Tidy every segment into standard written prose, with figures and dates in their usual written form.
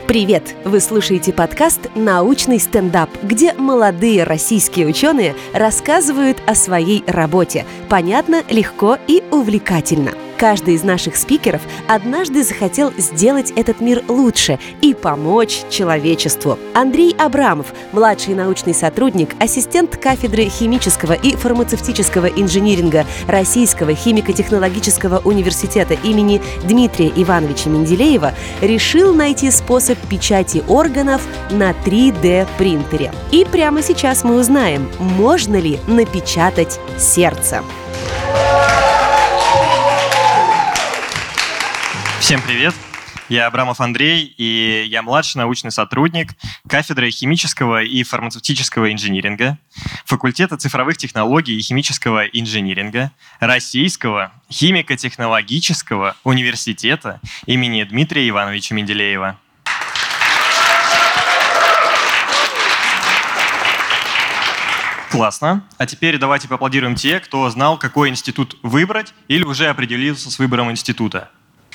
Привет! Вы слушаете подкаст «Научный стендап», где молодые российские ученые рассказывают о своей работе. Понятно, легко и увлекательно. Каждый из наших спикеров однажды захотел сделать этот мир лучше и помочь человечеству. Андрей Абрамов, младший научный сотрудник, ассистент кафедры химического и фармацевтического инжиниринга Российского химико-технологического университета имени Дмитрия Ивановича Менделеева, решил найти способ печати органов на 3D-принтере. И прямо сейчас мы узнаем, можно ли напечатать сердце. Всем привет! Я Абрамов Андрей, и я младший научный сотрудник кафедры химического и фармацевтического инжиниринга, факультета цифровых технологий и химического инжиниринга Российского химико-технологического университета имени Дмитрия Ивановича Менделеева. Классно. А теперь давайте поаплодируем те, кто знал, какой институт выбрать или уже определился с выбором института.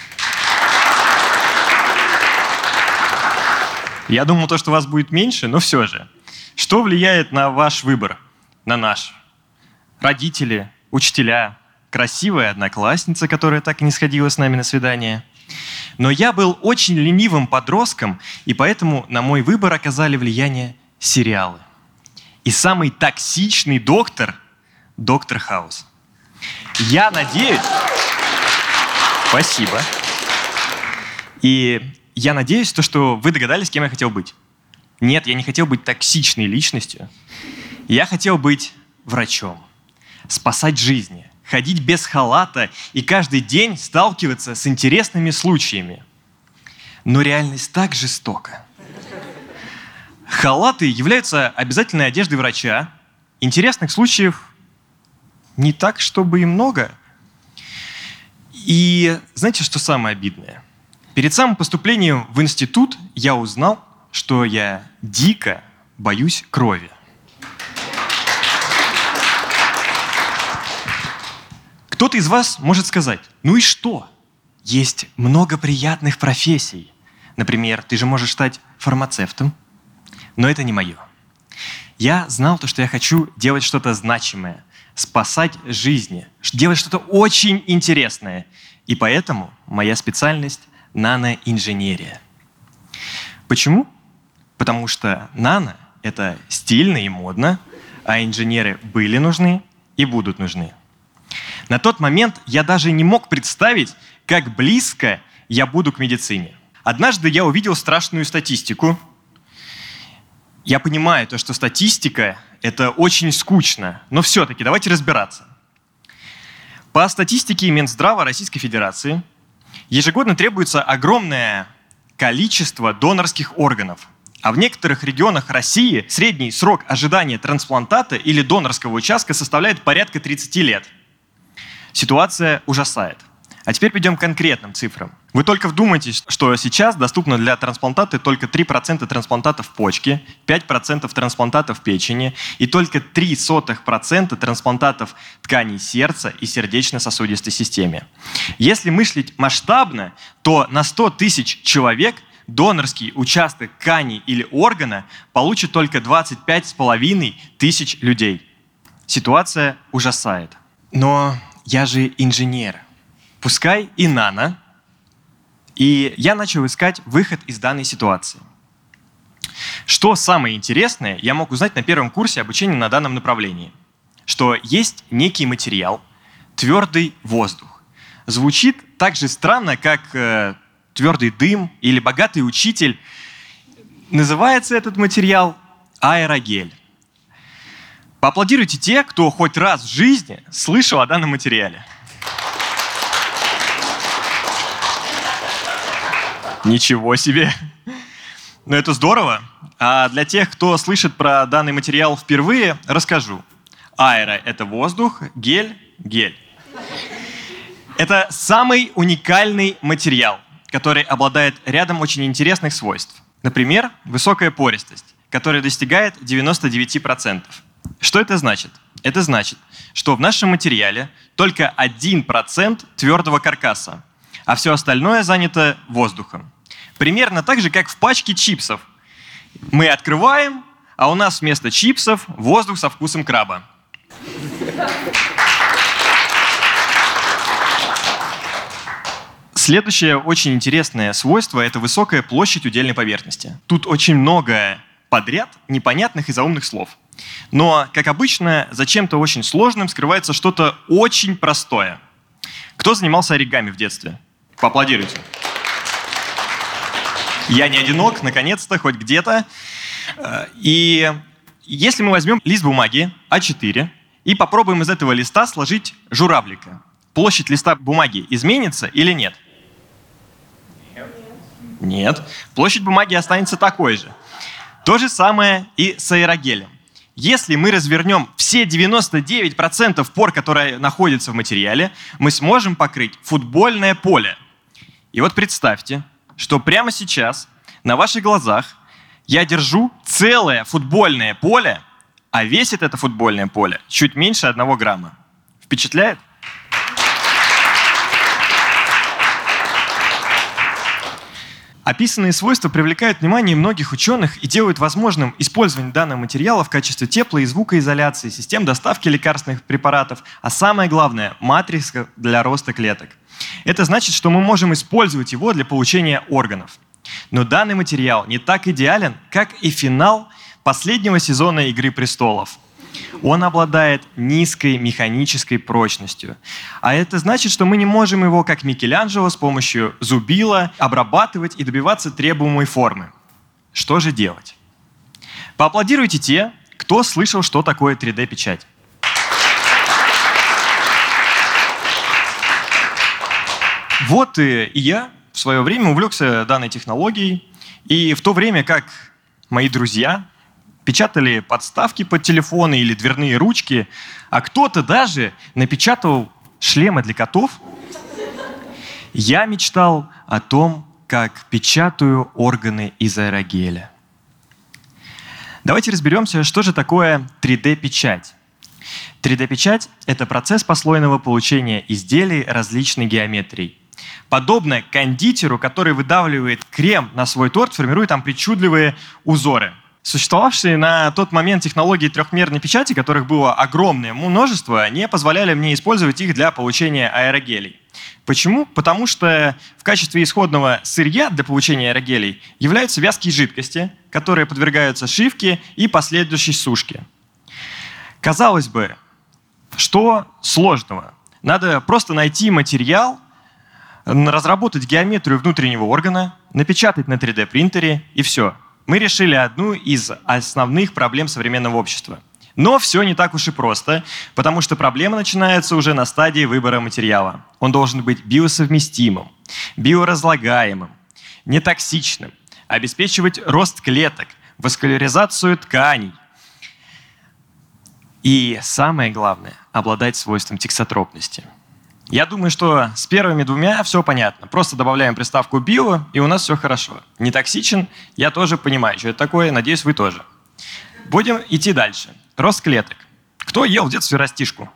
Я думал, что вас будет меньше, но все же. Что влияет на ваш выбор? На наш? Родители, учителя, красивая одноклассница, которая так и не сходила с нами на свидание. Но я был очень ленивым подростком, и поэтому на мой выбор оказали влияние сериалы. И самый токсичный доктор – доктор Хаус. Я надеюсь… Спасибо. И я надеюсь, что вы догадались, кем я хотел быть. Нет, я не хотел быть токсичной личностью. Я хотел быть врачом, спасать жизни, ходить без халата и каждый день сталкиваться с интересными случаями. Но реальность так жестока. Халаты являются обязательной одеждой врача. Интересных случаев не так, чтобы и много. И знаете, что самое обидное? Перед самым поступлением в институт я узнал, что я дико боюсь крови. Кто-то из вас может сказать: ну и что? Есть много приятных профессий. Например, ты же можешь стать фармацевтом. Но это не мое. Я знал, что я хочу делать что-то значимое, спасать жизни, делать что-то очень интересное. И поэтому моя специальность – наноинженерия. Почему? Потому что нано – это стильно и модно, а инженеры были нужны и будут нужны. На тот момент я даже не мог представить, как близко я буду к медицине. Однажды я увидел страшную статистику. Я понимаю, что статистика – это очень скучно, но все-таки давайте разбираться. По статистике Минздрава Российской Федерации ежегодно требуется огромное количество донорских органов. А в некоторых регионах России средний срок ожидания трансплантата или донорского участка составляет порядка 30 лет. Ситуация ужасает. А теперь перейдем к конкретным цифрам. Вы только вдумайтесь, что сейчас доступно для трансплантата только 3% трансплантатов почки, 5% трансплантатов печени и только 0,03% трансплантатов тканей сердца и сердечно-сосудистой системы. Если мыслить масштабно, то на 100 тысяч человек донорский участок ткани или органа получит только 25,5 тысяч людей. Ситуация ужасает. Но я же инженер. Пускай и нано. И я начал искать выход из данной ситуации. Что самое интересное, я мог узнать на первом курсе обучения на данном направлении. Что есть некий материал, твердый воздух. Звучит так же странно, как твердый дым или богатый учитель. Называется этот материал аэрогель. Поаплодируйте те, кто хоть раз в жизни слышал о данном материале. Ничего себе! Ну это здорово. А для тех, кто слышит про данный материал впервые, расскажу. Аэро – это воздух, гель – гель. Это самый уникальный материал, который обладает рядом очень интересных свойств. Например, высокая пористость, которая достигает 99%. Что это значит? Это значит, что в нашем материале только 1% твердого каркаса, а все остальное занято воздухом. Примерно так же, как в пачке чипсов. Мы открываем, а у нас вместо чипсов воздух со вкусом краба. Следующее очень интересное свойство – это высокая площадь удельной поверхности. Тут очень много подряд непонятных и заумных слов. Но, как обычно, за чем-то очень сложным скрывается что-то очень простое. Кто занимался оригами в детстве? Поаплодируйте. Я не одинок, наконец-то, хоть где-то. И если мы возьмем лист бумаги А4 и попробуем из этого листа сложить журавлика, площадь листа бумаги изменится или нет? Нет. Площадь бумаги останется такой же. То же самое и с аэрогелем. Если мы развернем все 99% пор, которые находятся в материале, мы сможем покрыть футбольное поле. И вот представьте, что прямо сейчас на ваших глазах я держу целое футбольное поле, а весит это футбольное поле чуть меньше 1 грамма. Впечатляет? Описанные свойства привлекают внимание многих ученых и делают возможным использование данного материала в качестве тепло- и звукоизоляции, систем доставки лекарственных препаратов, а самое главное – матрица для роста клеток. Это значит, что мы можем использовать его для получения органов. Но данный материал не так идеален, как и финал последнего сезона «Игры престолов». Он обладает низкой механической прочностью. А это значит, что мы не можем его, как Микеланджело, с помощью зубила обрабатывать и добиваться требуемой формы. Что же делать? Поаплодируйте те, кто слышал, что такое 3D-печать. Вот и я в свое время увлекся данной технологией. И в то время как мои друзья печатали подставки под телефоны или дверные ручки, а кто-то даже напечатал шлемы для котов, я мечтал о том, как печатаю органы из аэрогеля. Давайте разберемся, что же такое 3D-печать. 3D-печать – это процесс послойного получения изделий различной геометрии. Подобно кондитеру, который выдавливает крем на свой торт, формирует там причудливые узоры. Существовавшие на тот момент технологии трехмерной печати, которых было огромное множество, не позволяли мне использовать их для получения аэрогелей. Почему? Потому что в качестве исходного сырья для получения аэрогелей являются вязкие жидкости, которые подвергаются шивке и последующей сушке. Казалось бы, что сложного? Надо просто найти материал, разработать геометрию внутреннего органа, напечатать на 3D-принтере и все. Мы решили одну из основных проблем современного общества. Но все не так уж и просто, потому что проблема начинается уже на стадии выбора материала. Он должен быть биосовместимым, биоразлагаемым, нетоксичным, обеспечивать рост клеток, васкуляризацию тканей. И самое главное – обладать свойством тексотропности. Я думаю, что с первыми двумя все понятно. Просто добавляем приставку «био», и у нас все хорошо. Не токсичен, я тоже понимаю, что это такое, надеюсь, вы тоже. Будем идти дальше. Рост клеток. Кто ел в детстве растишку?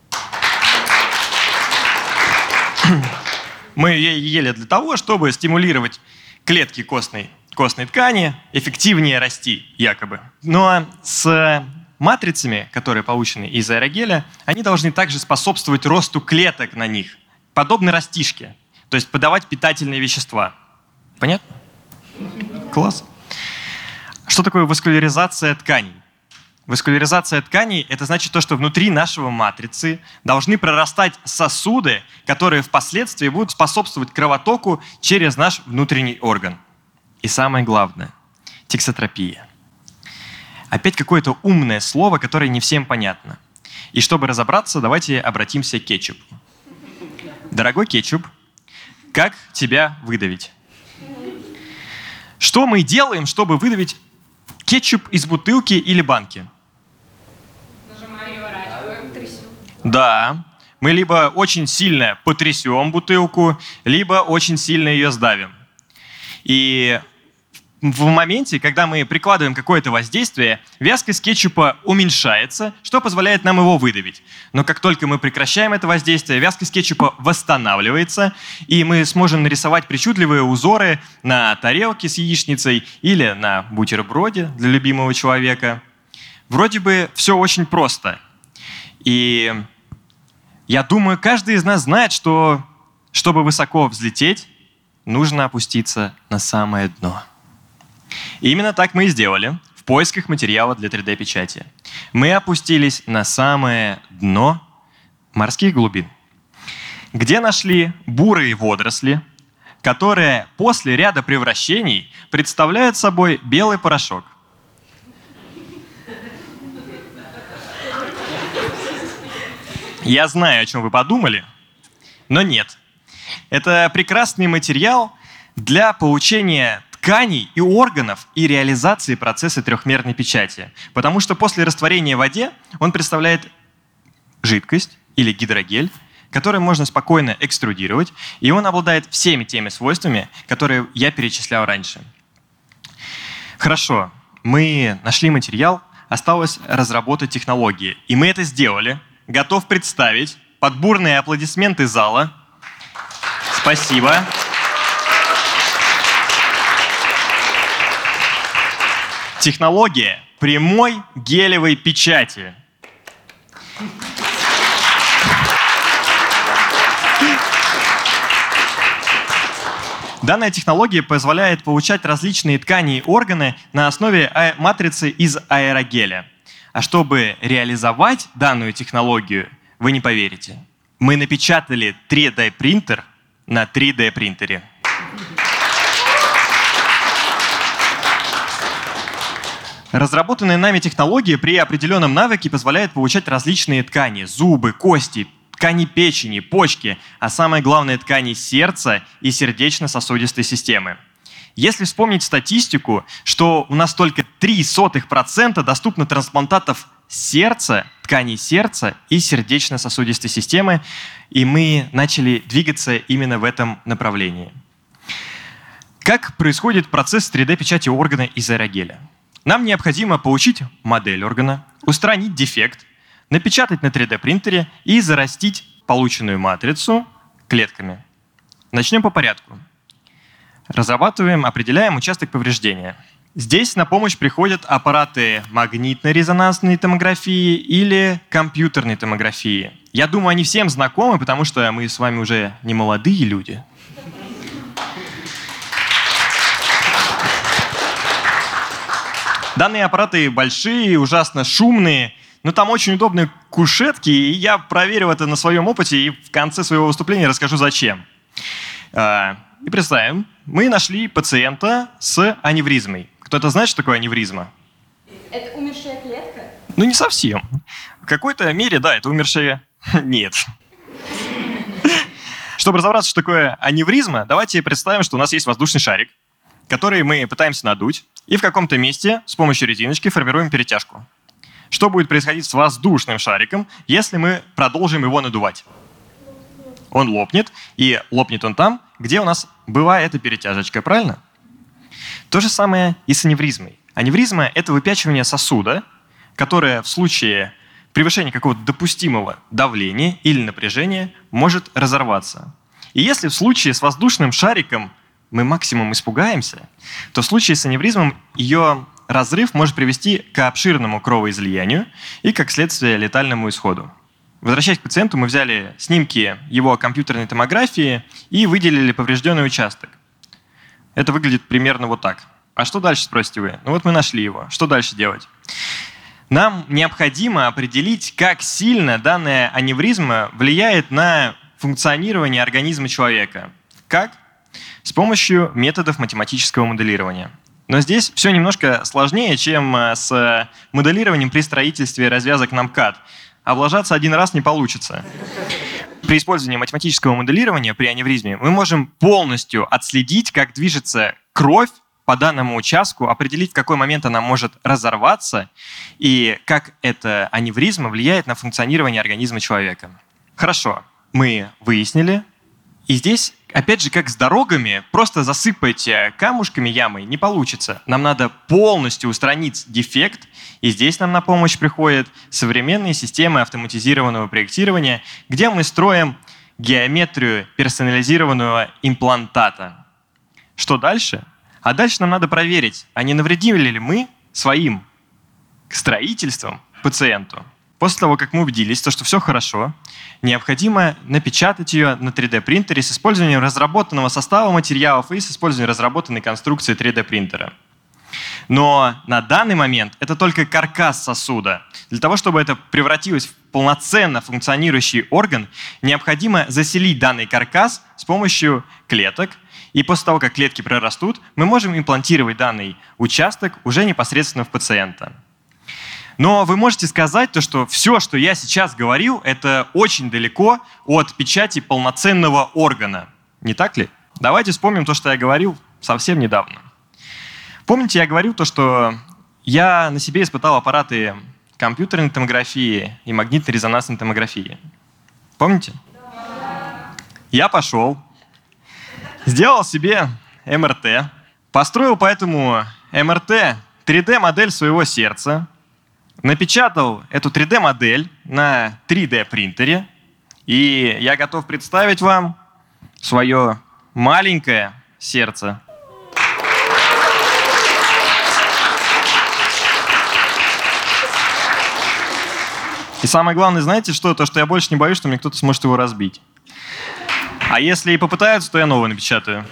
Мы ее ели для того, чтобы стимулировать клетки костной ткани, эффективнее расти, якобы. Но с матрицами, которые получены из аэрогеля, они должны также способствовать росту клеток на них, подобно растишке, то есть подавать питательные вещества. Понятно? Класс. Что такое васкуляризация тканей? Васкуляризация тканей – это значит то, что внутри нашего матрицы должны прорастать сосуды, которые впоследствии будут способствовать кровотоку через наш внутренний орган. И самое главное – тексотропия. Опять какое-то умное слово, которое не всем понятно. И чтобы разобраться, давайте обратимся к кетчупу. Дорогой кетчуп, как тебя выдавить? Что мы делаем, чтобы выдавить кетчуп из бутылки или банки? Да, мы либо очень сильно потрясем бутылку, либо очень сильно ее сдавим. И в моменте, когда мы прикладываем какое-то воздействие, вязкость кетчупа уменьшается, что позволяет нам его выдавить. Но как только мы прекращаем это воздействие, вязкость кетчупа восстанавливается, и мы сможем нарисовать причудливые узоры на тарелке с яичницей или на бутерброде для любимого человека. Вроде бы все очень просто. И я думаю, каждый из нас знает, что чтобы высоко взлететь, нужно опуститься на самое дно. И именно так мы и сделали в поисках материала для 3D-печати. Мы опустились на самое дно морских глубин, где нашли бурые водоросли, которые после ряда превращений представляют собой белый порошок. Я знаю, о чем вы подумали, но нет. Это прекрасный материал для получения тканей и органов и реализации процесса трехмерной печати. Потому что после растворения в воде он представляет жидкость или гидрогель, который можно спокойно экструдировать, и он обладает всеми теми свойствами, которые я перечислял раньше. Хорошо, мы нашли материал, осталось разработать технологии. И мы это сделали. Готов представить под бурные аплодисменты зала. Спасибо. Технология прямой гелевой печати. Данная технология позволяет получать различные ткани и органы на основе матрицы из аэрогеля. А чтобы реализовать данную технологию, вы не поверите, мы напечатали 3D-принтер на 3D-принтере. Разработанная нами технология при определенном навыке позволяет получать различные ткани – зубы, кости, ткани печени, почки, а самое главное – ткани сердца и сердечно-сосудистой системы. Если вспомнить статистику, что у нас только 0,03% доступно трансплантатов сердца, тканей сердца и сердечно-сосудистой системы, и мы начали двигаться именно в этом направлении. Как происходит процесс 3D-печати органа из аэрогеля? Нам необходимо получить модель органа, устранить дефект, напечатать на 3D-принтере и зарастить полученную матрицу клетками. Начнем по порядку. Разрабатываем, определяем участок повреждения. Здесь на помощь приходят аппараты магнитно-резонансной томографии или компьютерной томографии. Я думаю, они всем знакомы, потому что мы с вами уже не молодые люди. Данные аппараты большие, ужасно шумные, но там очень удобные кушетки, и я проверил это на своем опыте, и в конце своего выступления расскажу, зачем. И представим, мы нашли пациента с аневризмой. Кто-то знает, что такое аневризма? Это умершая клетка? Ну, не совсем. В какой-то мере, да, это умершая... Нет. Чтобы разобраться, что такое аневризма, давайте представим, что у нас есть воздушный шарик, который мы пытаемся надуть, и в каком-то месте с помощью резиночки формируем перетяжку. Что будет происходить с воздушным шариком, если мы продолжим его надувать? Он лопнет, и лопнет он там, где у нас была эта перетяжечка, правильно? То же самое и с аневризмой. Аневризма – это выпячивание сосуда, которое в случае превышения какого-то допустимого давления или напряжения может разорваться. И если в случае с воздушным шариком мы максимум испугаемся, то в случае с аневризмом ее разрыв может привести к обширному кровоизлиянию и, как следствие, летальному исходу. Возвращаясь к пациенту, мы взяли снимки его компьютерной томографии и выделили поврежденный участок. Это выглядит примерно вот так. А что дальше, спросите вы? Ну вот мы нашли его. Что дальше делать? Нам необходимо определить, как сильно данная аневризма влияет на функционирование организма человека. Как? С помощью методов математического моделирования. Но здесь все немножко сложнее, чем с моделированием при строительстве развязок на МКАД. Облажаться один раз не получится. При использовании математического моделирования при аневризме мы можем полностью отследить, как движется кровь по данному участку, определить, в какой момент она может разорваться и как эта аневризма влияет на функционирование организма человека. Хорошо, мы выяснили И здесь, опять же, как с дорогами, просто засыпать камушками ямы не получится. Нам надо полностью устранить дефект, и здесь нам на помощь приходят современные системы автоматизированного проектирования, где мы строим геометрию персонализированного имплантата. Что дальше? А дальше нам надо проверить, а не навредили ли мы своим строительством пациенту. После того, как мы убедились, что все хорошо, необходимо напечатать ее на 3D-принтере с использованием разработанного состава материалов и с использованием разработанной конструкции 3D-принтера. Но на данный момент это только каркас сосуда. Для того, чтобы это превратилось в полноценно функционирующий орган, необходимо заселить данный каркас с помощью клеток. И после того, как клетки прорастут, мы можем имплантировать данный участок уже непосредственно в пациента. Но вы можете сказать, что все, что я сейчас говорил, это очень далеко от печати полноценного органа. Не так ли? Давайте вспомним то, что я говорил совсем недавно. Помните, я говорил что я на себе испытал аппараты компьютерной томографии и магнитно-резонансной томографии. Помните? Да. Я пошел, сделал себе МРТ, построил по этому МРТ 3D-модель своего сердца, напечатал эту 3D-модель на 3D-принтере, и я готов представить вам свое маленькое сердце. И самое главное, знаете что? То, что я больше не боюсь, что мне кто-то сможет его разбить. А если и попытаются, то я новое напечатаю.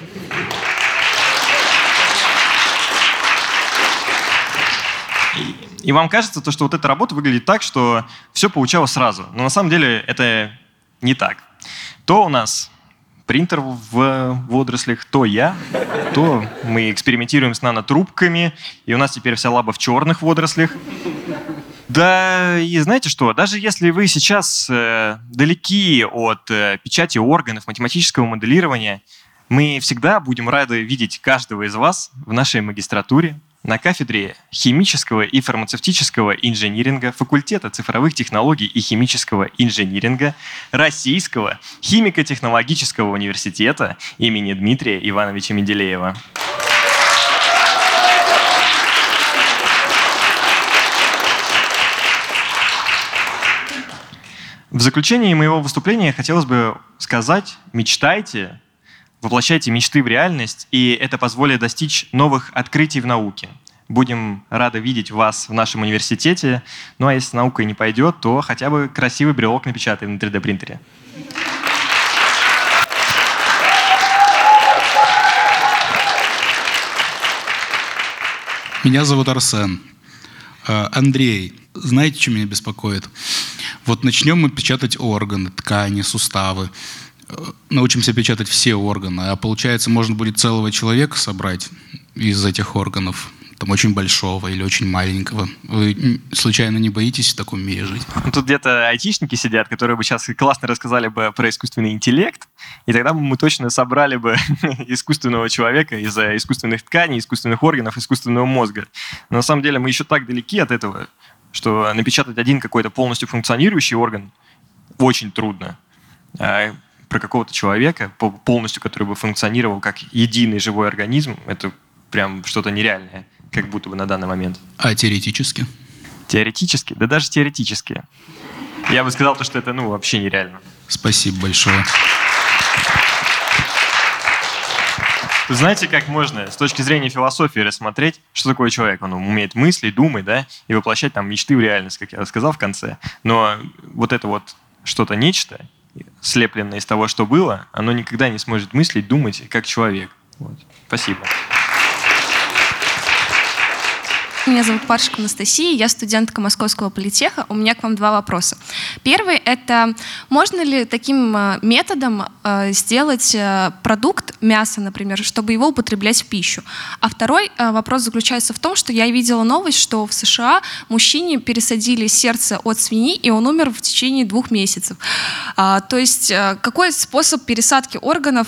И вам кажется, что вот эта работа выглядит так, что все получалось сразу. Но на самом деле это не так. То у нас принтер в водорослях, то я, то мы экспериментируем с нанотрубками, и у нас теперь вся лаба в черных водорослях. Да, и знаете что, даже если вы сейчас далеки от печати органов, математического моделирования, мы всегда будем рады видеть каждого из вас в нашей магистратуре на кафедре химического и фармацевтического инжиниринга факультета цифровых технологий и химического инжиниринга Российского химико-технологического университета имени Дмитрия Ивановича Менделеева. В заключении моего выступления хотелось бы сказать: мечтайте, воплощайте мечты в реальность, и это позволит достичь новых открытий в науке. Будем рады видеть вас в нашем университете. Ну а если наука не пойдет, то хотя бы красивый брелок напечатаем на 3D-принтере. Меня зовут Арсен. Андрей, знаете, что меня беспокоит? Вот начнем мы печатать органы, ткани, суставы. Научимся печатать все органы, а получается, можно будет целого человека собрать из этих органов, там очень большого или очень маленького. Вы случайно не боитесь в таком мире жить? Тут где-то айтишники сидят, которые бы сейчас классно рассказали бы про искусственный интеллект, и тогда бы мы точно собрали бы искусственного человека из искусственных тканей, искусственных органов, искусственного мозга. Но на самом деле мы еще так далеки от этого, что напечатать один какой-то полностью функционирующий орган очень трудно. А про какого-то человека, полностью который бы функционировал как единый живой организм, это прям что-то нереальное, как будто бы на данный момент. А теоретически? Теоретически? Да даже теоретически. Я бы сказал, что это вообще нереально. Спасибо большое. Вы знаете, как можно с точки зрения философии рассмотреть, что такое человек? Он умеет мыслить, думать, да, и воплощать там мечты в реальность, как я сказал в конце. Но вот это вот что-то нечто, слепленное из того, что было, оно никогда не сможет мыслить, думать как человек. Вот. Спасибо. Меня зовут Паршик Анастасия, я студентка Московского политеха. У меня к вам два вопроса. Первый – это можно ли таким методом сделать продукт, мясо, например, чтобы его употреблять в пищу? А второй вопрос заключается в том, что я видела новость, что в США мужчине пересадили сердце от свиньи, и он умер в течение 2 месяцев. То есть какой способ пересадки органов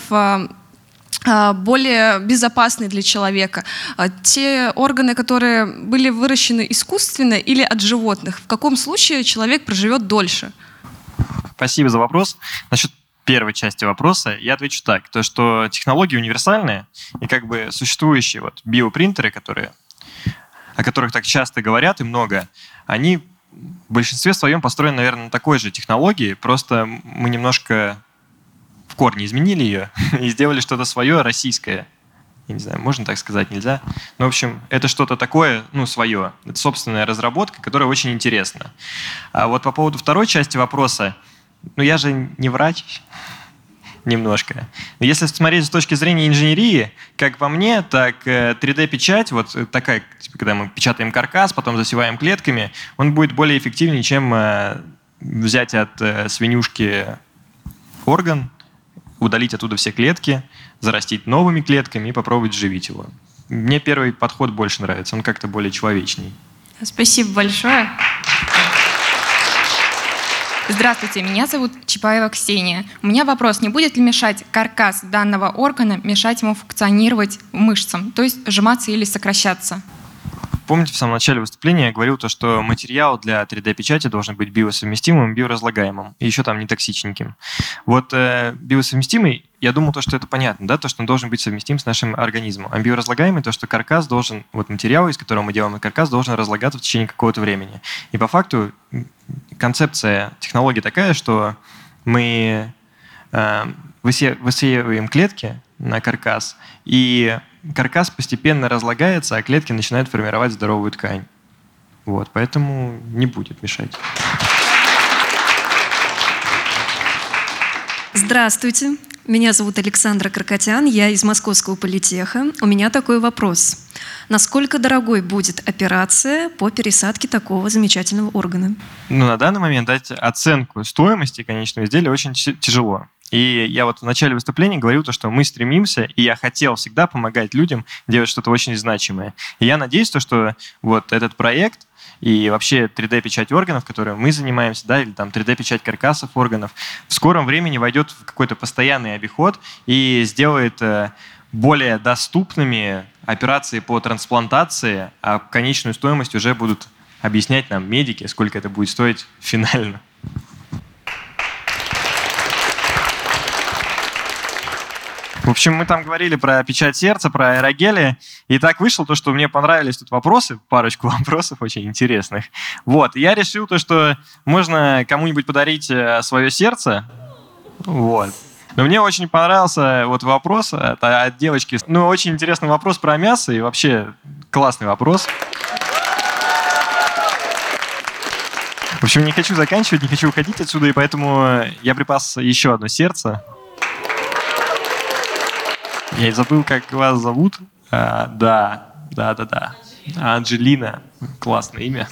более безопасный для человека? Те органы, которые были выращены искусственно или от животных, в каком случае человек проживет дольше? Спасибо за вопрос. Насчет первой части вопроса, я отвечу так. То, что технологии универсальные, и как бы существующие вот биопринтеры, о которых так часто говорят и много, они в большинстве своем построены, наверное, на такой же технологии, просто мы немножко в корне изменили ее и сделали что-то свое, российское. Я не знаю, можно так сказать, нельзя. Но, в общем, это что-то такое, свое. Это собственная разработка, которая очень интересна. А вот по поводу второй части вопроса, я же не врач, немножко. Если смотреть с точки зрения инженерии, как по мне, так 3D-печать, вот такая, когда мы печатаем каркас, потом засеваем клетками, он будет более эффективнее, чем взять от свинюшки орган, удалить оттуда все клетки, зарастить новыми клетками и попробовать живить его. Мне первый подход больше нравится, он как-то более человечный. Спасибо большое. Здравствуйте, меня зовут Чапаева Ксения. У меня вопрос, не будет ли мешать каркас данного органа, мешать ему функционировать мышцам, то есть сжиматься или сокращаться? Помните, в самом начале выступления я говорил, что материал для 3D-печати должен быть биосовместимым, биоразлагаемым и еще там не токсичненьким. Вот биосовместимый, я думал, что это понятно, да, то, что он должен быть совместим с нашим организмом. А биоразлагаемый, то, что каркас должен, вот материал, из которого мы делаем каркас, должен разлагаться в течение какого-то времени. И по факту концепция технологии такая, что мы высеиваем клетки на каркас, и каркас постепенно разлагается, а клетки начинают формировать здоровую ткань. Вот, поэтому не будет мешать. Здравствуйте, меня зовут Александра Крокотян, я из Московского политеха. У меня такой вопрос. Насколько дорогой будет операция по пересадке такого замечательного органа? На данный момент дать оценку стоимости конечного изделия очень тяжело. И я вот в начале выступления говорил, что мы стремимся, и я хотел всегда помогать людям делать что-то очень значимое. И я надеюсь, что вот этот проект и вообще 3D-печать органов, которой мы занимаемся, да, или там 3D-печать каркасов органов, в скором времени войдет в какой-то постоянный обиход и сделает более доступными операции по трансплантации, а конечную стоимость уже будут объяснять нам медики, сколько это будет стоить финально. В общем, мы там говорили про печать сердца, про аэрогели, и так вышло то, что мне понравились тут вопросы, парочку вопросов очень интересных. Вот, я решил то, что можно кому-нибудь подарить свое сердце, вот. Но мне очень понравился вот вопрос от девочки. Очень интересный вопрос про мясо, и вообще классный вопрос. В общем, не хочу заканчивать, не хочу уходить отсюда, и поэтому я припас еще одно сердце. Я забыл, как вас зовут. Да. Анджелина. Классное имя.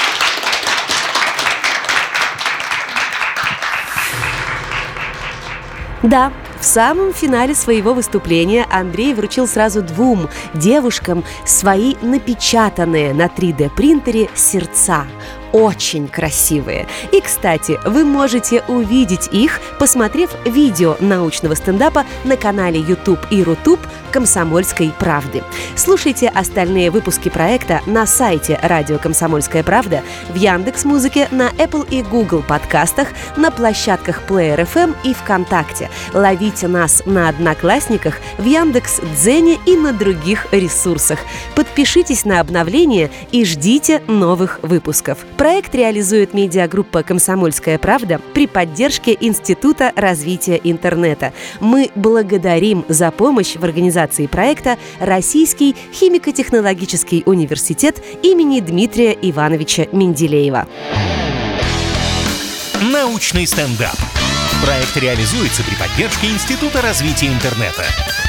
Да, в самом финале своего выступления Андрей вручил сразу 2 девушкам свои напечатанные на 3D-принтере сердца. Очень красивые. И, кстати, вы можете увидеть их, посмотрев видео научного стендапа на канале YouTube и Рутуб «Комсомольской правды». Слушайте остальные выпуски проекта на сайте «Радио Комсомольская правда», в Яндекс.Музыке, на Apple и Google подкастах, на площадках Player FM и ВКонтакте. Ловите нас на Одноклассниках, в Яндекс.Дзене и на других ресурсах. Подпишитесь на обновления и ждите новых выпусков. Проект реализует медиагруппа «Комсомольская правда» при поддержке Института развития интернета. Мы благодарим за помощь в организации проекта Российский химико-технологический университет имени Дмитрия Ивановича Менделеева. Научный стендап. Проект реализуется при поддержке Института развития интернета.